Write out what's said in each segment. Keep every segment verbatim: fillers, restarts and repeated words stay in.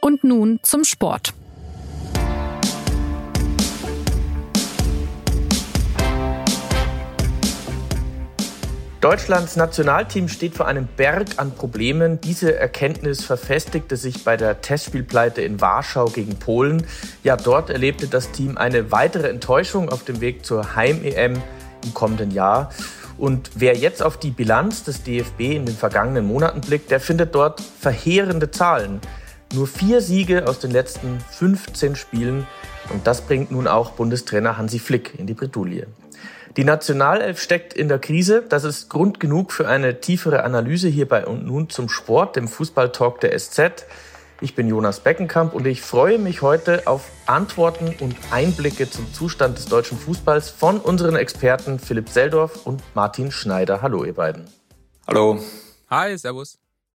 Und nun zum Sport. Deutschlands Nationalteam steht vor einem Berg an Problemen. Diese Erkenntnis verfestigte sich bei der Testspielpleite in Warschau gegen Polen. Ja, dort erlebte das Team eine weitere Enttäuschung auf dem Weg zur Heim-E M im kommenden Jahr. Und wer jetzt auf die Bilanz des D F B in den vergangenen Monaten blickt, der findet dort verheerende Zahlen. Nur vier Siege aus den letzten fünfzehn Spielen. Und das bringt nun auch Bundestrainer Hansi Flick in die Bredouille. Die Nationalelf steckt in der Krise. Das ist Grund genug für eine tiefere Analyse hierbei und nun zum Sport, dem Fußballtalk der S Z. Ich bin Jonas Beckenkamp und ich freue mich heute auf Antworten und Einblicke zum Zustand des deutschen Fußballs von unseren Experten Philipp Seldorf und Martin Schneider. Hallo, ihr beiden. Hallo. Hi, servus.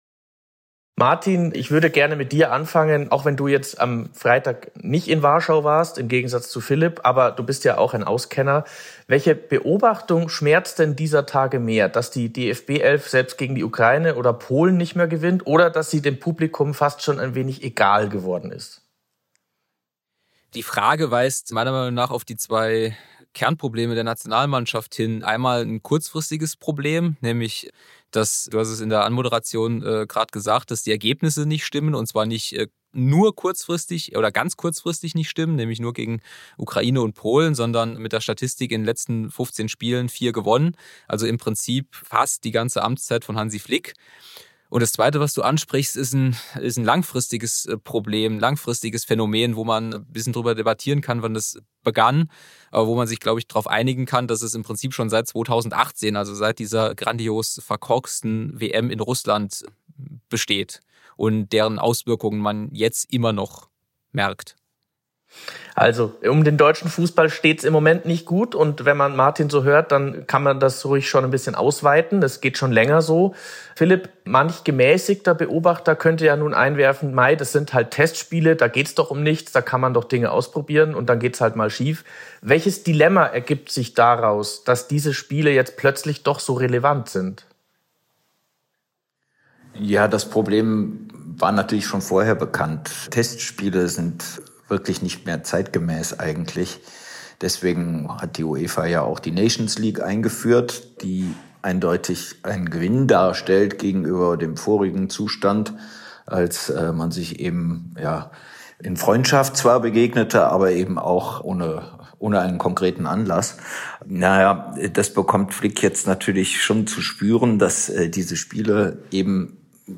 Martin, ich würde gerne mit dir anfangen, auch wenn du jetzt am Freitag nicht in Warschau warst, im Gegensatz zu Philipp, aber du bist ja auch ein Auskenner. Welche Beobachtung schmerzt denn dieser Tage mehr, dass die D F B elf selbst gegen die Ukraine oder Polen nicht mehr gewinnt oder dass sie dem Publikum fast schon ein wenig egal geworden ist? Die Frage weist meiner Meinung nach auf die zwei Kernprobleme der Nationalmannschaft hin. Einmal ein kurzfristiges Problem, nämlich, dass, du hast es in der Anmoderation äh, gerade gesagt, dass die Ergebnisse nicht stimmen und zwar nicht äh, nur kurzfristig oder ganz kurzfristig nicht stimmen, nämlich nur gegen Ukraine und Polen, sondern mit der Statistik in den letzten fünfzehn Spielen vier gewonnen. Also im Prinzip fast die ganze Amtszeit von Hansi Flick. Und das Zweite, was du ansprichst, ist ein, ist ein langfristiges Problem, langfristiges Phänomen, wo man ein bisschen drüber debattieren kann, wann das begann, aber wo man sich, glaube ich, darauf einigen kann, dass es im Prinzip schon seit zweitausendachtzehn, also seit dieser grandios verkorksten W M in Russland besteht und deren Auswirkungen man jetzt immer noch merkt. Also, um den deutschen Fußball steht es im Moment nicht gut und wenn man Martin so hört, dann kann man das ruhig schon ein bisschen ausweiten. Das geht schon länger so. Philipp, manch gemäßigter Beobachter könnte ja nun einwerfen, Mai, das sind halt Testspiele, da geht's doch um nichts, da kann man doch Dinge ausprobieren und dann geht's halt mal schief. Welches Dilemma ergibt sich daraus, dass diese Spiele jetzt plötzlich doch so relevant sind? Ja, das Problem war natürlich schon vorher bekannt. Testspiele sind wirklich nicht mehr zeitgemäß eigentlich. Deswegen hat die UEFA ja auch die Nations League eingeführt, die eindeutig einen Gewinn darstellt gegenüber dem vorigen Zustand, als äh, man sich eben ja in Freundschaft zwar begegnete, aber eben auch ohne ohne einen konkreten Anlass. Naja, das bekommt Flick jetzt natürlich schon zu spüren, dass äh, diese Spiele eben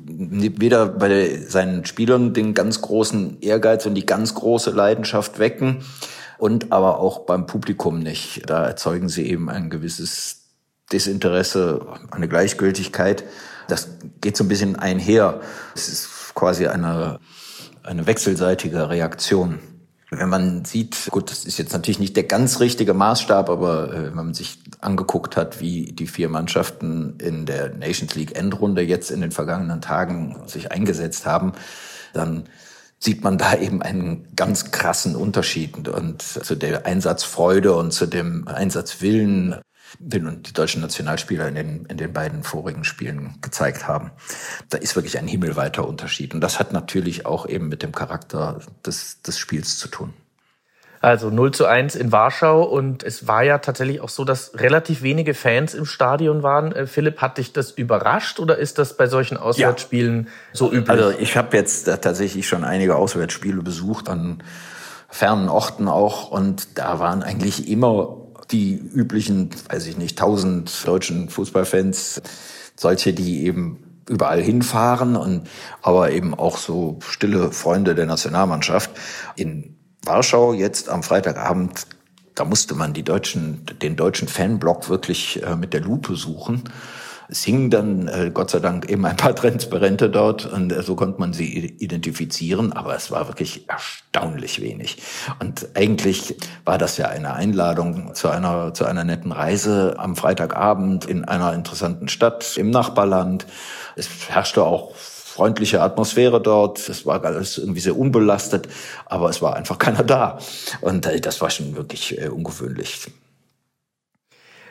weder bei seinen Spielern den ganz großen Ehrgeiz und die ganz große Leidenschaft wecken und aber auch beim Publikum nicht. Da erzeugen sie eben ein gewisses Desinteresse, eine Gleichgültigkeit. Das geht so ein bisschen einher. Es ist quasi eine, eine wechselseitige Reaktion. Wenn man sieht, gut, das ist jetzt natürlich nicht der ganz richtige Maßstab, aber äh, wenn man sich angeguckt hat, wie die vier Mannschaften in der Nations League Endrunde jetzt in den vergangenen Tagen sich eingesetzt haben, dann sieht man da eben einen ganz krassen Unterschied und zu der Einsatzfreude und zu dem Einsatzwillen, den die deutschen Nationalspieler in den, in den beiden vorigen Spielen gezeigt haben. Da ist wirklich ein himmelweiter Unterschied. Und das hat natürlich auch eben mit dem Charakter des, des Spiels zu tun. Also null zu eins in Warschau und es war ja tatsächlich auch so, dass relativ wenige Fans im Stadion waren. Philipp, hat dich das überrascht oder ist das bei solchen Auswärtsspielen ja. so üblich? Also ich habe jetzt tatsächlich schon einige Auswärtsspiele besucht, an fernen Orten auch, und da waren eigentlich immer die üblichen, weiß ich nicht, tausend deutschen Fußballfans, solche, die eben überall hinfahren, und aber eben auch so stille Freunde der Nationalmannschaft. In Warschau jetzt am Freitagabend, da musste man die deutschen, den deutschen Fanblock wirklich äh, mit der Lupe suchen. Es hingen dann äh, Gott sei Dank eben ein paar Transparente dort, und äh, so konnte man sie identifizieren, aber es war wirklich erstaunlich wenig. Und eigentlich war das ja eine Einladung zu einer zu einer netten Reise am Freitagabend in einer interessanten Stadt im Nachbarland. Es herrschte auch freundliche Atmosphäre dort, es war alles irgendwie sehr unbelastet, aber es war einfach keiner da. Und äh, das war schon wirklich äh, ungewöhnlich.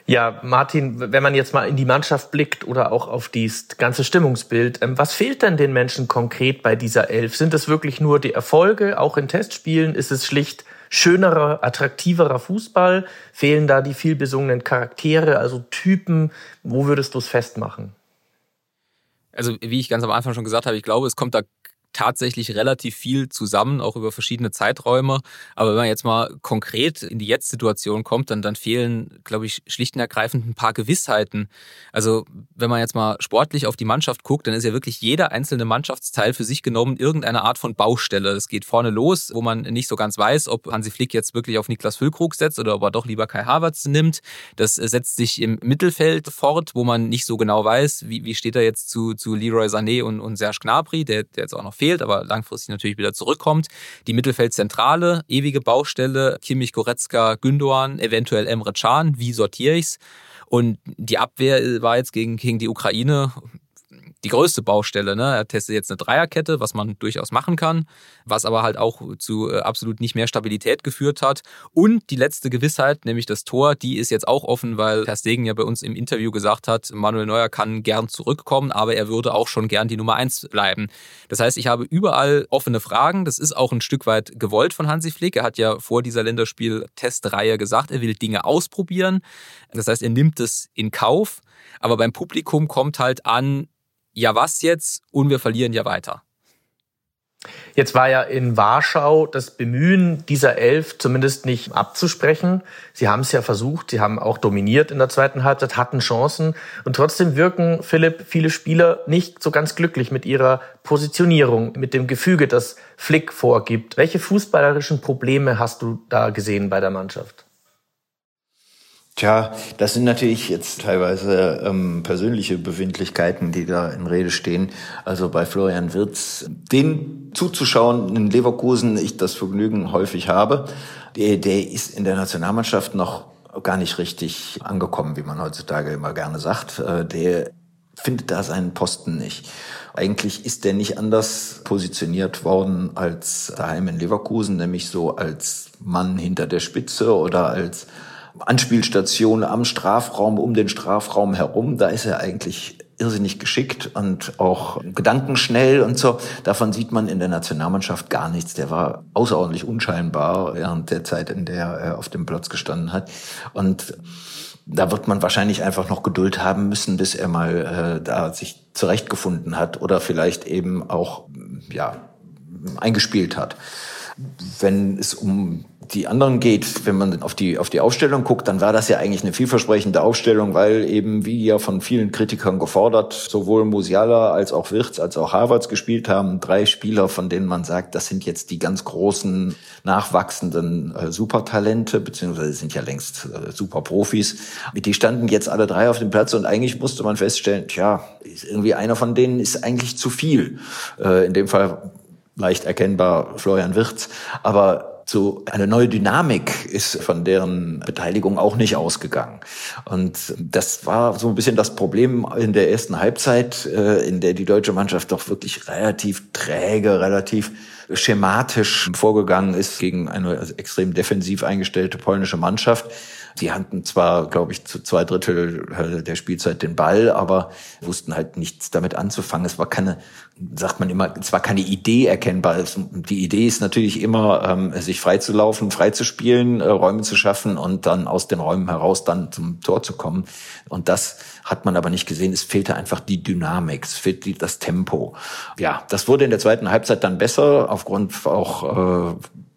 Ja, Martin, wenn man jetzt mal in die Mannschaft blickt oder auch auf das ganze Stimmungsbild, was fehlt denn den Menschen konkret bei dieser Elf? Sind es wirklich nur die Erfolge, auch in Testspielen? Ist es schlicht schönerer, attraktiverer Fußball? Fehlen da die vielbesungenen Charaktere, also Typen? Wo würdest du es festmachen? Also wie ich ganz am Anfang schon gesagt habe, ich glaube, es kommt da tatsächlich relativ viel zusammen, auch über verschiedene Zeiträume. Aber wenn man jetzt mal konkret in die Jetzt-Situation kommt, dann, dann fehlen, glaube ich, schlicht und ergreifend ein paar Gewissheiten. Also wenn man jetzt mal sportlich auf die Mannschaft guckt, dann ist ja wirklich jeder einzelne Mannschaftsteil für sich genommen irgendeine Art von Baustelle. Das geht vorne los, wo man nicht so ganz weiß, ob Hansi Flick jetzt wirklich auf Niklas Füllkrug setzt oder ob er doch lieber Kai Havertz nimmt. Das setzt sich im Mittelfeld fort, wo man nicht so genau weiß, wie, wie steht er jetzt zu, zu Leroy Sané und, und Serge Gnabry, der, der jetzt auch noch fehlt, aber langfristig natürlich wieder zurückkommt. Die Mittelfeldzentrale, ewige Baustelle, Kimmich, Goretzka, Gündoğan, eventuell Emre Can. Wie sortiere ich's? Und die Abwehr war jetzt gegen, gegen die Ukraine die größte Baustelle. Ne? Er testet jetzt eine Dreierkette, was man durchaus machen kann, was aber halt auch zu äh, absolut nicht mehr Stabilität geführt hat. Und die letzte Gewissheit, nämlich das Tor, die ist jetzt auch offen, weil Ter Stegen ja bei uns im Interview gesagt hat, Manuel Neuer kann gern zurückkommen, aber er würde auch schon gern die Nummer eins bleiben. Das heißt, ich habe überall offene Fragen. Das ist auch ein Stück weit gewollt von Hansi Flick. Er hat ja vor dieser Länderspiel-Testreihe gesagt, er will Dinge ausprobieren. Das heißt, er nimmt es in Kauf. Aber beim Publikum kommt halt an, ja was jetzt? Und wir verlieren ja weiter. Jetzt war ja in Warschau das Bemühen dieser Elf zumindest nicht abzusprechen. Sie haben es ja versucht, sie haben auch dominiert in der zweiten Halbzeit, hatten Chancen. Und trotzdem wirken, Philipp, viele Spieler nicht so ganz glücklich mit ihrer Positionierung, mit dem Gefüge, das Flick vorgibt. Welche fußballerischen Probleme hast du da gesehen bei der Mannschaft? Tja, das sind natürlich jetzt teilweise ähm, persönliche Befindlichkeiten, die da in Rede stehen. Also bei Florian Wirtz, den zuzuschauen in Leverkusen, ich das Vergnügen häufig habe, der, der ist in der Nationalmannschaft noch gar nicht richtig angekommen, wie man heutzutage immer gerne sagt. Äh, der findet da seinen Posten nicht. Eigentlich ist der nicht anders positioniert worden als daheim in Leverkusen, nämlich so als Mann hinter der Spitze oder als Anspielstation am Strafraum, um den Strafraum herum. Da ist er eigentlich irrsinnig geschickt und auch gedankenschnell und so. Davon sieht man in der Nationalmannschaft gar nichts. Der war außerordentlich unscheinbar während der Zeit, in der er auf dem Platz gestanden hat. Und da wird man wahrscheinlich einfach noch Geduld haben müssen, bis er mal äh, da sich zurechtgefunden hat oder vielleicht eben auch ja eingespielt hat. Wenn es um die anderen geht, wenn man auf die auf die Aufstellung guckt, dann war das ja eigentlich eine vielversprechende Aufstellung, weil eben, wie ja von vielen Kritikern gefordert, sowohl Musiala als auch Wirtz als auch Havertz gespielt haben. Drei Spieler, von denen man sagt, das sind jetzt die ganz großen, nachwachsenden äh, Supertalente, beziehungsweise sind ja längst äh, Superprofis. Die standen jetzt alle drei auf dem Platz und eigentlich musste man feststellen, tja, irgendwie einer von denen ist eigentlich zu viel. Äh, in dem Fall leicht erkennbar Florian Wirtz, aber so eine neue Dynamik ist von deren Beteiligung auch nicht ausgegangen. Und das war so ein bisschen das Problem in der ersten Halbzeit, in der die deutsche Mannschaft doch wirklich relativ träge, relativ schematisch vorgegangen ist gegen eine extrem defensiv eingestellte polnische Mannschaft. Sie hatten zwar, glaube ich, zu zwei Drittel der Spielzeit den Ball, aber wussten halt nichts damit anzufangen. Es war keine, sagt man immer, es war keine Idee erkennbar. Die Idee ist natürlich immer, sich freizulaufen, freizuspielen, Räume zu schaffen und dann aus den Räumen heraus dann zum Tor zu kommen. Und das hat man aber nicht gesehen. Es fehlte einfach die Dynamik, es fehlte das Tempo. Ja, das wurde in der zweiten Halbzeit dann besser, aufgrund auch äh,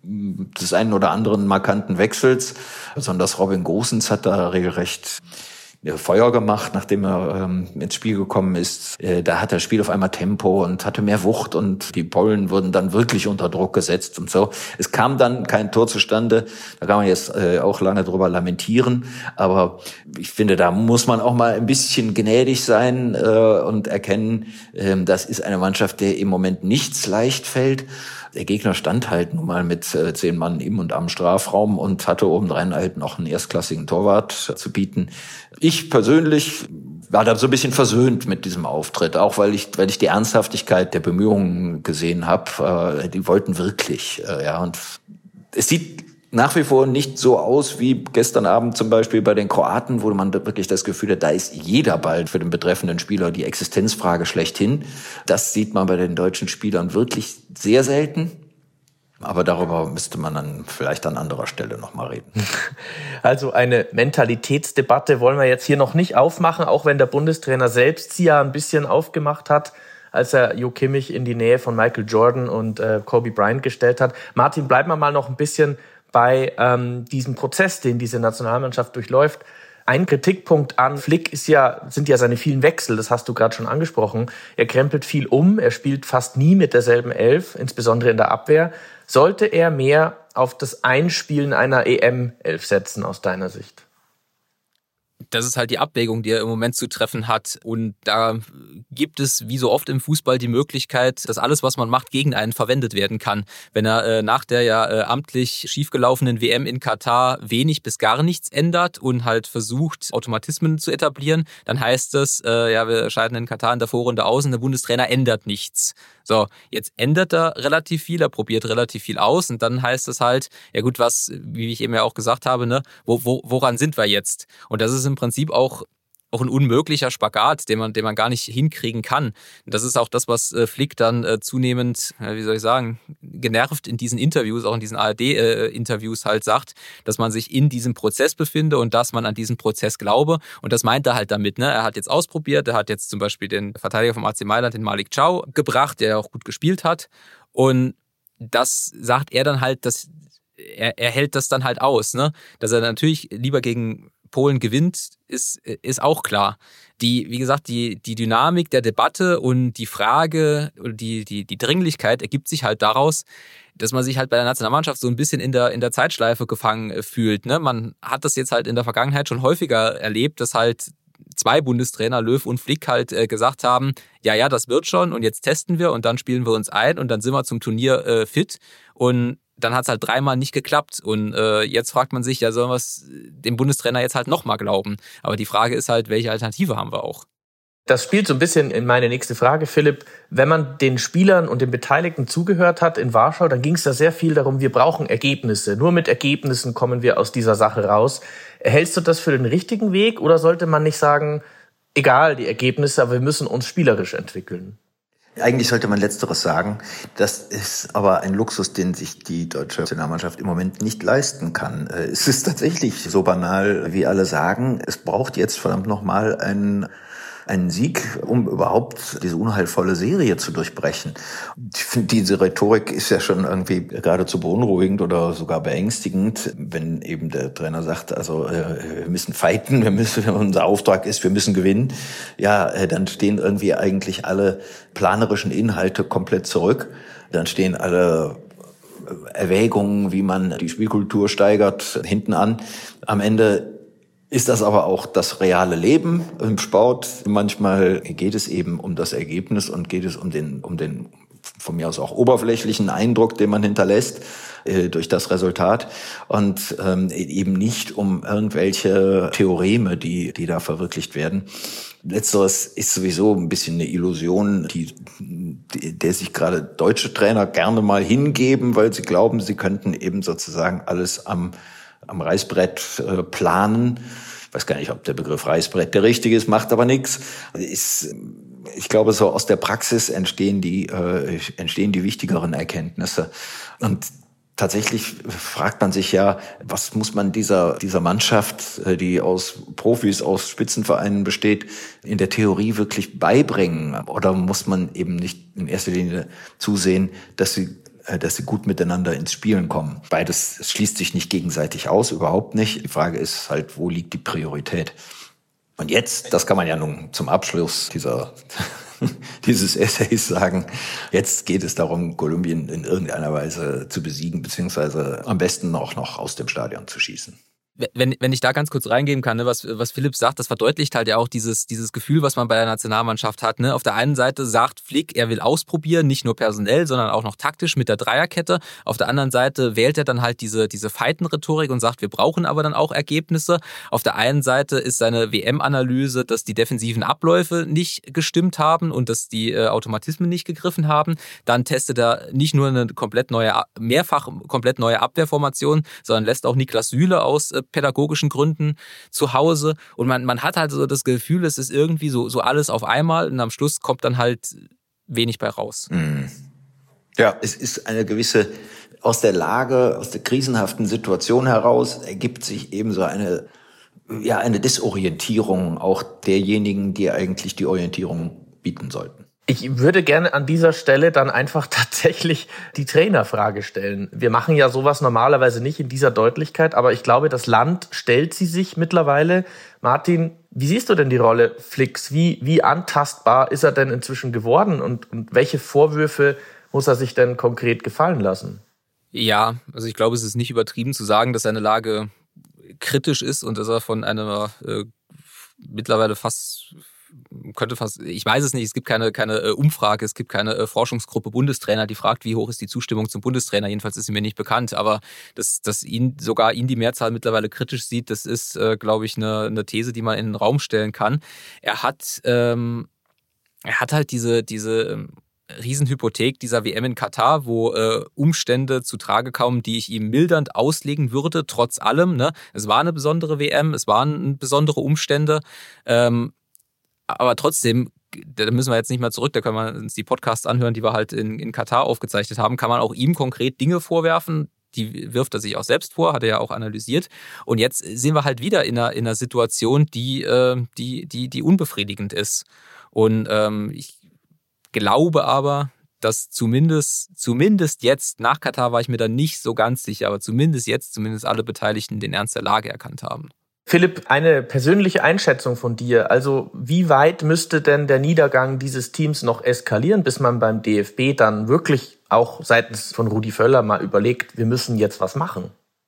des einen oder anderen markanten Wechsels. Besonders Robin Gosens hat da regelrecht Feuer gemacht, nachdem er ähm, ins Spiel gekommen ist. Äh, da hat das Spiel auf einmal Tempo und hatte mehr Wucht und die Polen wurden dann wirklich unter Druck gesetzt und so. Es kam dann kein Tor zustande. Da kann man jetzt äh, auch lange drüber lamentieren. Aber ich finde, da muss man auch mal ein bisschen gnädig sein äh, und erkennen, äh, das ist eine Mannschaft, der im Moment nichts leicht fällt. Der Gegner stand halt nun mal mit äh, zehn Mann im und am Strafraum und hatte obendrein halt noch einen erstklassigen Torwart zu bieten. Ich persönlich war da so ein bisschen versöhnt mit diesem Auftritt, auch weil ich, weil ich die Ernsthaftigkeit der Bemühungen gesehen habe. Äh, die wollten wirklich, äh, ja, und es sieht nach wie vor nicht so aus wie gestern Abend zum Beispiel bei den Kroaten, wo man wirklich das Gefühl hat, da ist jeder Ball für den betreffenden Spieler die Existenzfrage schlechthin. Das sieht man bei den deutschen Spielern wirklich sehr selten. Aber darüber müsste man dann vielleicht an anderer Stelle nochmal reden. Also eine Mentalitätsdebatte wollen wir jetzt hier noch nicht aufmachen, auch wenn der Bundestrainer selbst sie ja ein bisschen aufgemacht hat, als er Jo Kimmich in die Nähe von Michael Jordan und äh, Kobe Bryant gestellt hat. Martin, bleiben wir mal noch ein bisschen bei ähm, diesem Prozess, den diese Nationalmannschaft durchläuft. Ein Kritikpunkt an Flick ist ja, sind ja seine vielen Wechsel, das hast du gerade schon angesprochen. Er krempelt viel um, er spielt fast nie mit derselben Elf, insbesondere in der Abwehr. Sollte er mehr auf das Einspielen einer E M-Elf setzen, aus deiner Sicht? Das ist halt die Abwägung, die er im Moment zu treffen hat. Und da gibt es, wie so oft im Fußball, die Möglichkeit, dass alles, was man macht, gegen einen verwendet werden kann. Wenn er äh, nach der ja äh, amtlich schiefgelaufenen W M in Katar wenig bis gar nichts ändert und halt versucht, Automatismen zu etablieren, dann heißt es, äh, ja, wir scheiden in Katar in der Vorrunde aus und der Bundestrainer ändert nichts. So, jetzt ändert er relativ viel, er probiert relativ viel aus und dann heißt es halt, ja gut, was, wie ich eben ja auch gesagt habe, ne, wo, wo, woran sind wir jetzt? Und das ist im Prinzip auch, auch ein unmöglicher Spagat, den man, den man gar nicht hinkriegen kann. Und das ist auch das, was äh, Flick dann äh, zunehmend, äh, wie soll ich sagen, genervt in diesen Interviews, auch in diesen A R D-Interviews äh, halt sagt, dass man sich in diesem Prozess befinde und dass man an diesen Prozess glaube. Und das meint er halt damit. Ne? Er hat jetzt ausprobiert, er hat jetzt zum Beispiel den Verteidiger vom A C Mailand, den Malik Thiaw, gebracht, der auch gut gespielt hat. Und das sagt er dann halt, dass er, er hält das dann halt aus, ne? Dass er natürlich lieber gegen Polen gewinnt, ist, ist auch klar. Die, wie gesagt, die, die Dynamik der Debatte und die Frage oder die, die, die Dringlichkeit ergibt sich halt daraus, dass man sich halt bei der Nationalmannschaft so ein bisschen in der, in der Zeitschleife gefangen fühlt. Ne? Man hat das jetzt halt in der Vergangenheit schon häufiger erlebt, dass halt zwei Bundestrainer, Löw und Flick, halt äh, gesagt haben, ja, ja, das wird schon und jetzt testen wir und dann spielen wir uns ein und dann sind wir zum Turnier äh, fit und dann hat es halt dreimal nicht geklappt und äh, jetzt fragt man sich, ja, sollen wir es dem Bundestrainer jetzt halt nochmal glauben? Aber die Frage ist halt, welche Alternative haben wir auch? Das spielt so ein bisschen in meine nächste Frage, Philipp. Wenn man den Spielern und den Beteiligten zugehört hat in Warschau, dann ging es da sehr viel darum, wir brauchen Ergebnisse. Nur mit Ergebnissen kommen wir aus dieser Sache raus. Hältst du das für den richtigen Weg oder sollte man nicht sagen, egal die Ergebnisse, aber wir müssen uns spielerisch entwickeln? Eigentlich sollte man Letzteres sagen. Das ist aber ein Luxus, den sich die deutsche Nationalmannschaft im Moment nicht leisten kann. Es ist tatsächlich so banal, wie alle sagen. Es braucht jetzt verdammt nochmal einen einen Sieg, um überhaupt diese unheilvolle Serie zu durchbrechen. Ich finde, diese Rhetorik ist ja schon irgendwie geradezu beunruhigend oder sogar beängstigend, wenn eben der Trainer sagt, also äh, wir müssen fighten, wir müssen, unser Auftrag ist, wir müssen gewinnen. Ja, äh, dann stehen irgendwie eigentlich alle planerischen Inhalte komplett zurück. Dann stehen alle Erwägungen, wie man die Spielkultur steigert, hinten an. Am Ende ist das aber auch das reale Leben im Sport. Manchmal geht es eben um das Ergebnis und geht es um den, um den von mir aus auch oberflächlichen Eindruck, den man hinterlässt äh, durch das Resultat und ähm, eben nicht um irgendwelche Theoreme, die, die da verwirklicht werden. Letzteres ist sowieso ein bisschen eine Illusion, die, die, der sich gerade deutsche Trainer gerne mal hingeben, weil sie glauben, sie könnten eben sozusagen alles am am Reißbrett äh, planen. Ich weiß gar nicht, ob der Begriff Reißbrett der richtige ist, macht aber nichts. Ist, ich glaube, so aus der Praxis entstehen die äh, entstehen die wichtigeren Erkenntnisse. Und tatsächlich fragt man sich ja, was muss man dieser dieser Mannschaft, die aus Profis, aus Spitzenvereinen besteht, in der Theorie wirklich beibringen? Oder muss man eben nicht in erster Linie zusehen, dass sie dass sie gut miteinander ins Spielen kommen. Beides schließt sich nicht gegenseitig aus, überhaupt nicht. Die Frage ist halt, wo liegt die Priorität? Und jetzt, das kann man ja nun zum Abschluss dieser, dieses Essays sagen, jetzt geht es darum, Kolumbien in irgendeiner Weise zu besiegen, beziehungsweise am besten auch noch aus dem Stadion zu schießen. Wenn, wenn ich da ganz kurz reingehen kann, ne, was, was Philipp sagt, das verdeutlicht halt ja auch dieses, dieses Gefühl, was man bei der Nationalmannschaft hat. Ne? Auf der einen Seite sagt Flick, er will ausprobieren, nicht nur personell, sondern auch noch taktisch mit der Dreierkette. Auf der anderen Seite wählt er dann halt diese, diese Feiten-Rhetorik und sagt, wir brauchen aber dann auch Ergebnisse. Auf der einen Seite ist seine W M-Analyse, dass die defensiven Abläufe nicht gestimmt haben und dass die äh, Automatismen nicht gegriffen haben. Dann testet er nicht nur eine komplett neue, mehrfach komplett neue Abwehrformation, sondern lässt auch Niklas Süle aus äh, pädagogischen Gründen zu Hause. Und man, man hat halt so das Gefühl, es ist irgendwie so, so alles auf einmal und am Schluss kommt dann halt wenig bei raus. Mhm. Ja, es ist eine gewisse, aus der Lage, aus der krisenhaften Situation heraus ergibt sich eben so eine, ja, eine Desorientierung auch derjenigen, die eigentlich die Orientierung bieten sollten. Ich würde gerne an dieser Stelle dann einfach tatsächlich die Trainerfrage stellen. Wir machen ja sowas normalerweise nicht in dieser Deutlichkeit, aber ich glaube, das Land stellt sie sich mittlerweile. Martin, wie siehst du denn die Rolle Flicks? Wie, wie antastbar ist er denn inzwischen geworden und, und welche Vorwürfe muss er sich denn konkret gefallen lassen? Ja, also ich glaube, es ist nicht übertrieben zu sagen, dass seine Lage kritisch ist und dass er von einer äh, mittlerweile fast... könnte fast, ich weiß es nicht, es gibt keine, keine äh, Umfrage, es gibt keine äh, Forschungsgruppe Bundestrainer, die fragt, wie hoch ist die Zustimmung zum Bundestrainer, jedenfalls ist sie mir nicht bekannt, aber dass, dass ihn, sogar ihn die Mehrzahl mittlerweile kritisch sieht, das ist, äh, glaube ich, eine, eine These, die man in den Raum stellen kann. Er hat, ähm, er hat halt diese, diese ähm, Riesenhypothek dieser W M in Katar, wo äh, Umstände zutage kommen, die ich ihm mildernd auslegen würde, trotz allem. Ne? Es war eine besondere W M, es waren besondere Umstände, ähm, aber trotzdem, da müssen wir jetzt nicht mal zurück, da können wir uns die Podcasts anhören, die wir halt in, in Katar aufgezeichnet haben, kann man auch ihm konkret Dinge vorwerfen, die wirft er sich auch selbst vor, hat er ja auch analysiert. Und jetzt sind wir halt wieder in einer, in einer Situation, die, äh, die, die, die unbefriedigend ist. Und ähm, ich glaube aber, dass zumindest, zumindest jetzt, nach Katar war ich mir da nicht so ganz sicher, aber zumindest jetzt, zumindest alle Beteiligten den Ernst der Lage erkannt haben. Philipp, eine persönliche Einschätzung von dir. Also wie weit müsste denn der Niedergang dieses Teams noch eskalieren, bis man beim D F B dann wirklich auch seitens von Rudi Völler mal überlegt, wir müssen jetzt was machen?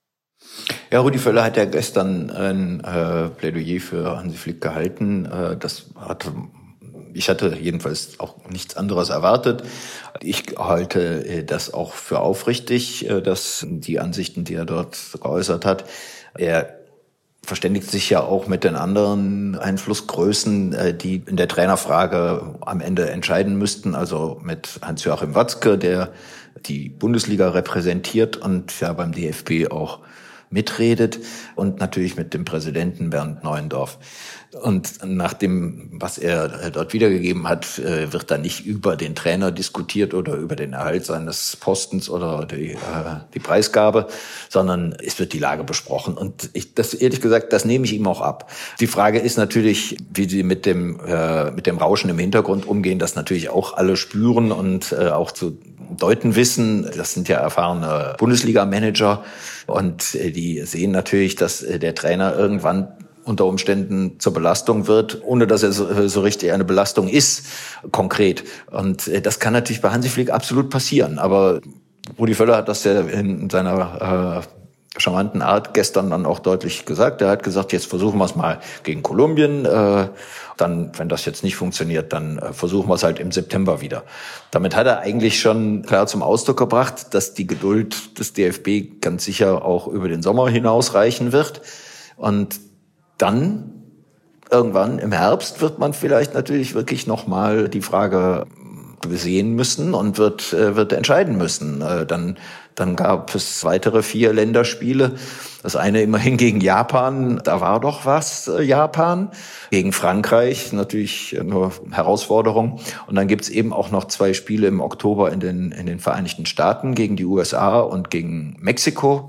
Ja, Rudi Völler hat ja gestern ein äh, Plädoyer für Hansi Flick gehalten. Äh, das hatte, ich hatte jedenfalls auch nichts anderes erwartet. Ich halte äh, das auch für aufrichtig, äh, dass die Ansichten, die er dort geäußert hat, er verständigt sich ja auch mit den anderen Einflussgrößen, die in der Trainerfrage am Ende entscheiden müssten. Also mit Hans-Joachim Watzke, der die Bundesliga repräsentiert und ja beim D F B auch mitredet, und natürlich mit dem Präsidenten Bernd Neuendorf. Und nach dem, was er dort wiedergegeben hat, wird da nicht über den Trainer diskutiert oder über den Erhalt seines Postens oder die, äh, die Preisgabe, sondern es wird die Lage besprochen. Und ich, das ehrlich gesagt, das nehme ich ihm auch ab. Die Frage ist natürlich, wie sie mit dem äh, mit dem Rauschen im Hintergrund umgehen, das natürlich auch alle spüren und äh, auch zu deuten wissen. Das sind ja erfahrene Bundesliga-Manager und äh, die sehen natürlich, dass äh, der Trainer irgendwann unter Umständen zur Belastung wird, ohne dass er so, so richtig eine Belastung ist, konkret. Und äh, das kann natürlich bei Hansi Flick absolut passieren. Aber Rudi Völler hat das ja in seiner äh, charmanten Art gestern dann auch deutlich gesagt. Er hat gesagt, jetzt versuchen wir es mal gegen Kolumbien. Äh, dann, wenn das jetzt nicht funktioniert, dann äh, versuchen wir es halt im September wieder. Damit hat er eigentlich schon klar zum Ausdruck gebracht, dass die Geduld des D F B ganz sicher auch über den Sommer hinaus reichen wird. Und dann, irgendwann im Herbst, wird man vielleicht natürlich wirklich nochmal die Frage sehen müssen und wird, wird entscheiden müssen. Dann, dann gab es weitere vier Länderspiele. Das eine immerhin gegen Japan, da war doch was, Japan. Gegen Frankreich natürlich nur Herausforderung. Und dann gibt's eben auch noch zwei Spiele im Oktober in den, in den Vereinigten Staaten gegen die U S A und gegen Mexiko.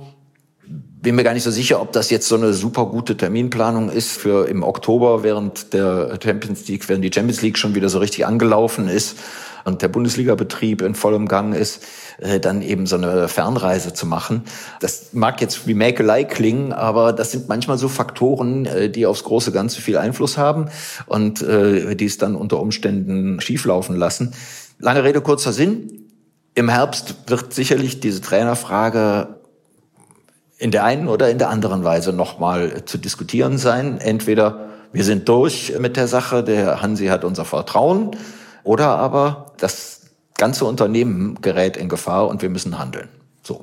Bin mir gar nicht so sicher, ob das jetzt so eine super gute Terminplanung ist für im Oktober, während der Champions League, während die Champions League schon wieder so richtig angelaufen ist und der Bundesliga-Betrieb in vollem Gang ist, äh, dann eben so eine Fernreise zu machen. Das mag jetzt wie Mäkelei klingen, aber das sind manchmal so Faktoren, äh, die aufs große Ganze viel Einfluss haben und äh, die es dann unter Umständen schieflaufen lassen. Lange Rede, kurzer Sinn. Im Herbst wird sicherlich diese Trainerfrage in der einen oder in der anderen Weise nochmal zu diskutieren sein. Entweder wir sind durch mit der Sache, der Hansi hat unser Vertrauen, oder aber das ganze Unternehmen gerät in Gefahr und wir müssen handeln. So.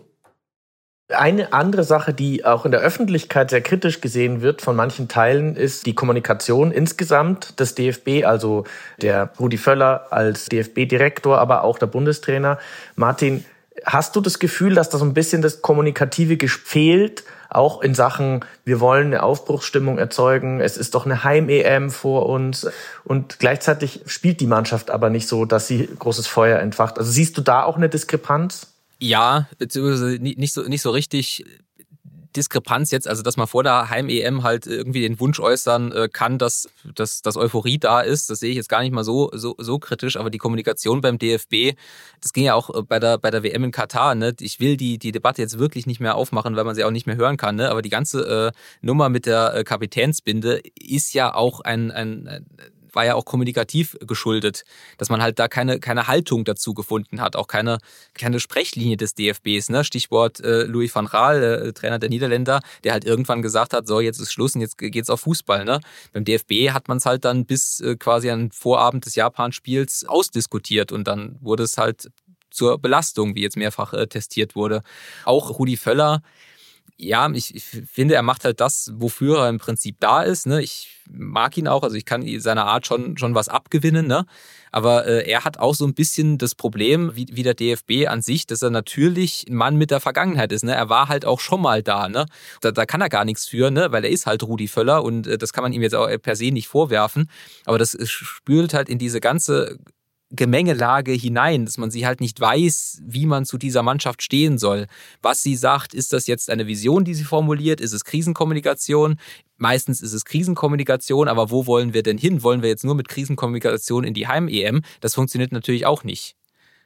Eine andere Sache, die auch in der Öffentlichkeit sehr kritisch gesehen wird von manchen Teilen, ist die Kommunikation insgesamt des D F B, also der Rudi Völler als D F B-Direktor, aber auch der Bundestrainer. Martin, hast du das Gefühl, dass da so ein bisschen das Kommunikative fehlt, auch in Sachen, wir wollen eine Aufbruchsstimmung erzeugen, es ist doch eine Heim-E M vor uns und gleichzeitig spielt die Mannschaft aber nicht so, dass sie großes Feuer entfacht. Also siehst du da auch eine Diskrepanz? Ja, beziehungsweise nicht so, nicht so richtig Diskrepanz jetzt, also dass man vor der Heim-E M halt irgendwie den Wunsch äußern kann, dass, dass, dass Euphorie da ist, das sehe ich jetzt gar nicht mal so, so, so kritisch, aber die Kommunikation beim D F B, das ging ja auch bei der, bei der W M in Katar, ne? Ich will die, die Debatte jetzt wirklich nicht mehr aufmachen, weil man sie auch nicht mehr hören kann, ne? Aber die ganze äh, Nummer mit der äh, Kapitänsbinde ist ja auch ein, ein, ein war ja auch kommunikativ geschuldet, dass man halt da keine keine Haltung dazu gefunden hat, auch keine keine Sprechlinie des D F Bs, ne? Stichwort äh, Louis van Gaal, äh, Trainer der Niederländer, der halt irgendwann gesagt hat, so jetzt ist Schluss und jetzt geht's auf Fußball, ne? Beim D F B hat man es halt dann bis äh, quasi an Vorabend des Japan-Spiels ausdiskutiert und dann wurde es halt zur Belastung, wie jetzt mehrfach äh, testiert wurde. Auch Rudi Völler, ja, ich, ich finde, er macht halt das, wofür er im Prinzip da ist. Ne? Ich mag ihn auch, also ich kann seiner Art schon schon was abgewinnen. Ne? Aber äh, er hat auch so ein bisschen das Problem, wie, wie der D F B an sich, dass er natürlich ein Mann mit der Vergangenheit ist. Ne? Er war halt auch schon mal da. Ne? Da, da kann er gar nichts für, ne? Weil er ist halt Rudi Völler und äh, das kann man ihm jetzt auch per se nicht vorwerfen. Aber das spült halt in diese ganze Gemengelage hinein, dass man sie halt nicht weiß, wie man zu dieser Mannschaft stehen soll. Was sie sagt, ist das jetzt eine Vision, die sie formuliert? Ist es Krisenkommunikation? Meistens ist es Krisenkommunikation, aber wo wollen wir denn hin? Wollen wir jetzt nur mit Krisenkommunikation in die Heim-E M? Das funktioniert natürlich auch nicht.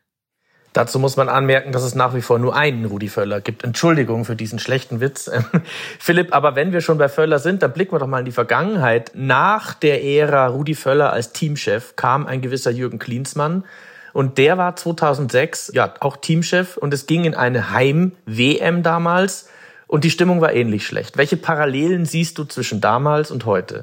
Dazu muss man anmerken, dass es nach wie vor nur einen Rudi Völler gibt. Entschuldigung für diesen schlechten Witz. Philipp, aber wenn wir schon bei Völler sind, dann blicken wir doch mal in die Vergangenheit. Nach der Ära Rudi Völler als Teamchef kam ein gewisser Jürgen Klinsmann. Und der war zweitausendsechs ja auch Teamchef. Und es ging in eine Heim-W M damals. Und die Stimmung war ähnlich schlecht. Welche Parallelen siehst du zwischen damals und heute?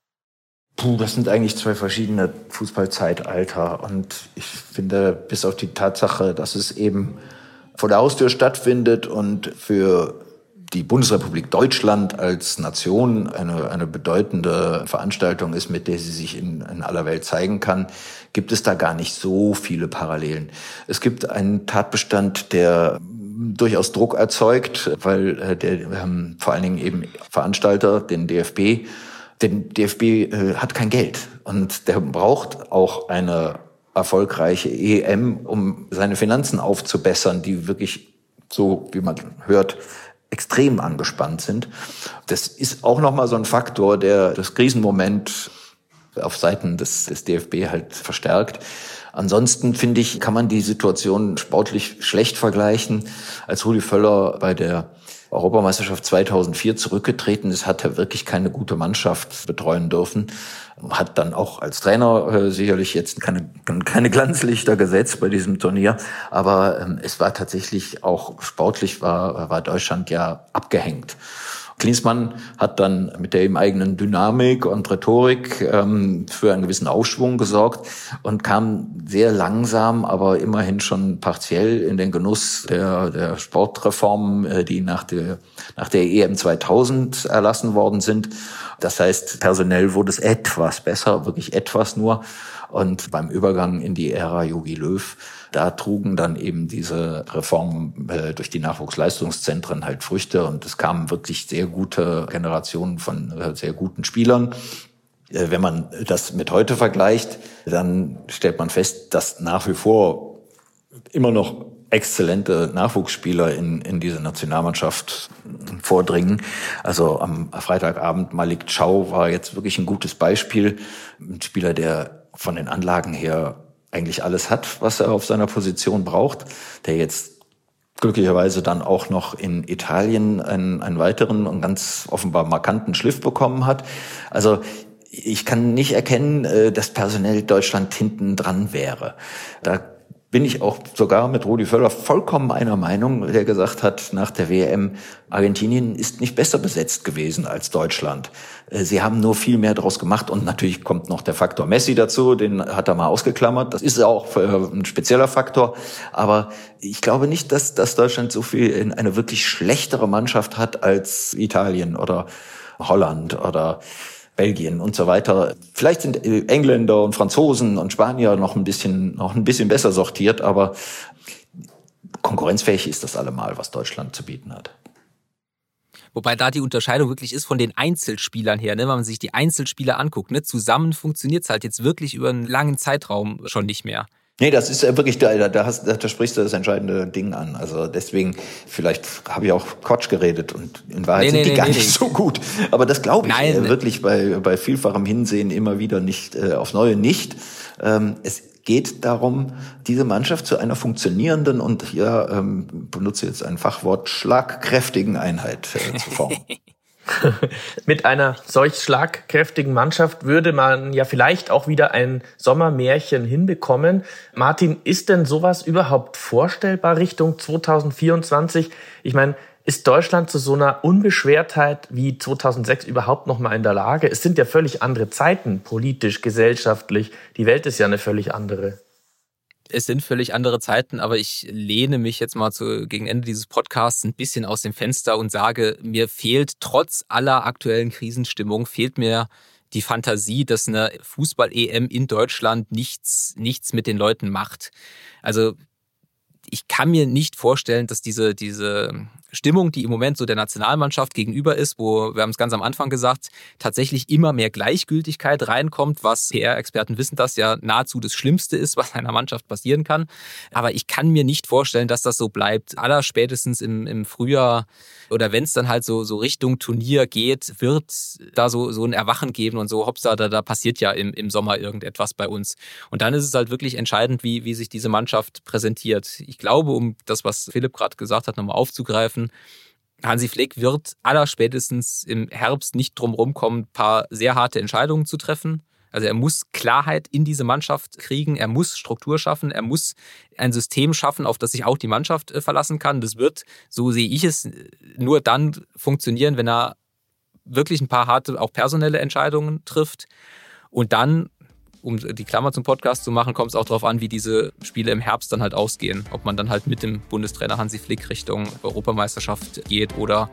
Puh, das sind eigentlich zwei verschiedene Fußballzeitalter. Und ich finde, bis auf die Tatsache, dass es eben vor der Haustür stattfindet und für die Bundesrepublik Deutschland als Nation eine, eine bedeutende Veranstaltung ist, mit der sie sich in, in aller Welt zeigen kann, gibt es da gar nicht so viele Parallelen. Es gibt einen Tatbestand, der durchaus Druck erzeugt, weil der ähm, vor allen Dingen eben Veranstalter, den D F B, Denn D F B äh, hat kein Geld und der braucht auch eine erfolgreiche E M, um seine Finanzen aufzubessern, die wirklich, so wie man hört, extrem angespannt sind. Das ist auch nochmal so ein Faktor, der das Krisenmoment auf Seiten des, des D F B halt verstärkt. Ansonsten, finde ich, kann man die Situation sportlich schlecht vergleichen. Als Rudi Völler bei der Europameisterschaft zweitausendvier zurückgetreten ist, hat er wirklich keine gute Mannschaft betreuen dürfen. Hat dann auch als Trainer äh, sicherlich jetzt keine, keine Glanzlichter gesetzt bei diesem Turnier. Aber ähm, es war tatsächlich auch sportlich war, war Deutschland ja abgehängt. Klinsmann hat dann mit der eben eigenen Dynamik und Rhetorik ähm, für einen gewissen Aufschwung gesorgt und kam sehr langsam, aber immerhin schon partiell in den Genuss der, der Sportreformen, äh, die nach der, nach der E M zweitausend erlassen worden sind. Das heißt, personell wurde es etwas besser, wirklich etwas nur. Und beim Übergang in die Ära Jogi Löw, da trugen dann eben diese Reformen äh, durch die Nachwuchsleistungszentren halt Früchte und es kamen wirklich sehr gute Generationen von äh, sehr guten Spielern. Äh, wenn man das mit heute vergleicht, dann stellt man fest, dass nach wie vor immer noch exzellente Nachwuchsspieler in, in diese Nationalmannschaft vordringen. Also am Freitagabend Malik Chow war jetzt wirklich ein gutes Beispiel. Ein Spieler, der von den Anlagen her eigentlich alles hat, was er auf seiner Position braucht, der jetzt glücklicherweise dann auch noch in Italien einen, einen weiteren und ganz offenbar markanten Schliff bekommen hat. Also ich kann nicht erkennen, dass personell Deutschland hinten dran wäre. Da bin ich auch sogar mit Rudi Völler vollkommen einer Meinung, der gesagt hat, nach der W M, Argentinien ist nicht besser besetzt gewesen als Deutschland. Sie haben nur viel mehr draus gemacht und natürlich kommt noch der Faktor Messi dazu, den hat er mal ausgeklammert. Das ist auch ein spezieller Faktor, aber ich glaube nicht, dass, dass Deutschland so viel eine wirklich schlechtere Mannschaft hat als Italien oder Holland oder Belgien und so weiter. Vielleicht sind Engländer und Franzosen und Spanier noch ein bisschen, noch ein bisschen besser sortiert, aber konkurrenzfähig ist das allemal, was Deutschland zu bieten hat. Wobei da die Unterscheidung wirklich ist von den Einzelspielern her, ne? Wenn man sich die Einzelspieler anguckt, ne? Zusammen funktioniert es halt jetzt wirklich über einen langen Zeitraum schon nicht mehr. Nee, das ist ja wirklich, da, da, hast, da sprichst du das entscheidende Ding an. Also deswegen, vielleicht habe ich auch Quatsch geredet und in Wahrheit nee, sind nee, die nee, gar nee, nicht nee. so gut. Aber das glaube ich Nein, äh, wirklich bei, bei vielfachem Hinsehen immer wieder nicht, äh, aufs Neue nicht. Ähm, es geht darum, diese Mannschaft zu einer funktionierenden und, ja, ähm, benutze jetzt ein Fachwort, schlagkräftigen Einheit äh, zu formen. Mit einer solch schlagkräftigen Mannschaft würde man ja vielleicht auch wieder ein Sommermärchen hinbekommen. Martin, ist denn sowas überhaupt vorstellbar Richtung zwanzig vierundzwanzig? Ich meine, ist Deutschland zu so einer Unbeschwertheit wie zweitausendsechs überhaupt noch mal in der Lage? Es sind ja völlig andere Zeiten, politisch, gesellschaftlich. Die Welt ist ja eine völlig andere. Es sind völlig andere Zeiten, aber ich lehne mich jetzt mal zu, gegen Ende dieses Podcasts ein bisschen aus dem Fenster und sage, mir fehlt trotz aller aktuellen Krisenstimmung, fehlt mir die Fantasie, dass eine Fußball-E M in Deutschland nichts, nichts mit den Leuten macht. Also ich kann mir nicht vorstellen, dass diese, diese Stimmung, die im Moment so der Nationalmannschaft gegenüber ist, wo, wir haben es ganz am Anfang gesagt, tatsächlich immer mehr Gleichgültigkeit reinkommt, was P R-Experten wissen, das ja nahezu das Schlimmste ist, was einer Mannschaft passieren kann. Aber ich kann mir nicht vorstellen, dass das so bleibt. Allerspätestens im, im Frühjahr oder wenn es dann halt so, so Richtung Turnier geht, wird da so, so ein Erwachen geben und so, hops, da, da passiert ja im, im Sommer irgendetwas bei uns. Und dann ist es halt wirklich entscheidend, wie, wie sich diese Mannschaft präsentiert. Ich glaube, um das, was Philipp gerade gesagt hat, nochmal aufzugreifen, Hansi Flick wird allerspätestens im Herbst nicht drum rumkommen, ein paar sehr harte Entscheidungen zu treffen. Also er muss Klarheit in diese Mannschaft kriegen, er muss Struktur schaffen, er muss ein System schaffen, auf das sich auch die Mannschaft verlassen kann. Das wird, so sehe ich es, nur dann funktionieren, wenn er wirklich ein paar harte, auch personelle Entscheidungen trifft. Und dann, um die Klammer zum Podcast zu machen, kommt es auch darauf an, wie diese Spiele im Herbst dann halt ausgehen. Ob man dann halt mit dem Bundestrainer Hansi Flick Richtung Europameisterschaft geht oder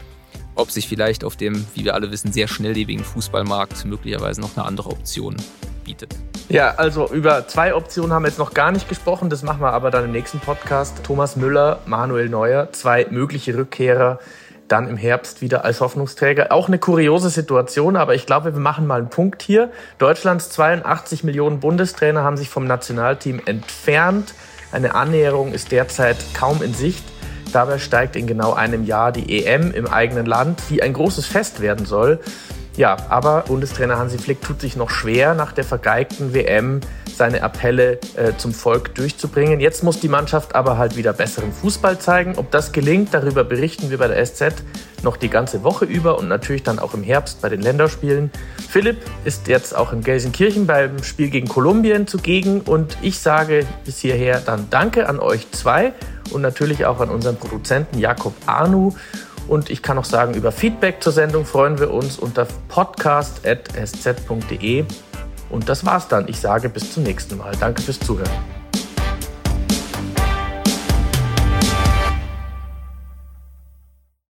ob sich vielleicht auf dem, wie wir alle wissen, sehr schnelllebigen Fußballmarkt möglicherweise noch eine andere Option bietet. Ja, also über zwei Optionen haben wir jetzt noch gar nicht gesprochen. Das machen wir aber dann im nächsten Podcast. Thomas Müller, Manuel Neuer, zwei mögliche Rückkehrer dann im Herbst wieder als Hoffnungsträger. Auch eine kuriose Situation, aber ich glaube, wir machen mal einen Punkt hier. Deutschlands zweiundachtzig Millionen Bundestrainer haben sich vom Nationalteam entfernt. Eine Annäherung ist derzeit kaum in Sicht. Dabei steigt in genau einem Jahr die E M im eigenen Land, die ein großes Fest werden soll. Ja, aber Bundestrainer Hansi Flick tut sich noch schwer, nach der vergeigten W M seine Appelle äh, zum Volk durchzubringen. Jetzt muss die Mannschaft aber halt wieder besseren Fußball zeigen. Ob das gelingt, darüber berichten wir bei der S Z noch die ganze Woche über und natürlich dann auch im Herbst bei den Länderspielen. Philipp ist jetzt auch in Gelsenkirchen beim Spiel gegen Kolumbien zugegen und ich sage bis hierher dann Danke an euch zwei und natürlich auch an unseren Produzenten Jakob Arnu. Und ich kann noch sagen, über Feedback zur Sendung freuen wir uns unter podcast at s z punkt d e. Und das war's dann. Ich sage bis zum nächsten Mal. Danke fürs Zuhören.